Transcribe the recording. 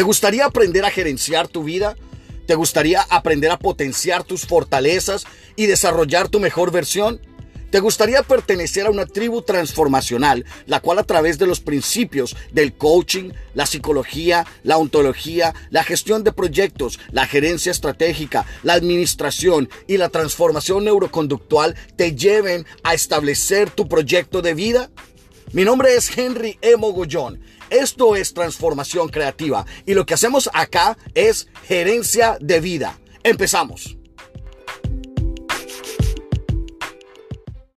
¿Te gustaría aprender a gerenciar tu vida? ¿Te gustaría aprender a potenciar tus fortalezas y desarrollar tu mejor versión? ¿Te gustaría pertenecer a una tribu transformacional, la cual a través de los principios del coaching, la psicología, la ontología, la gestión de proyectos, la gerencia estratégica, la administración y la transformación neuroconductual te lleven a establecer tu proyecto de vida? Mi nombre es Henry E. Mogollón. Esto es Transformación Creativa y lo que hacemos acá es gerencia de vida. Empezamos.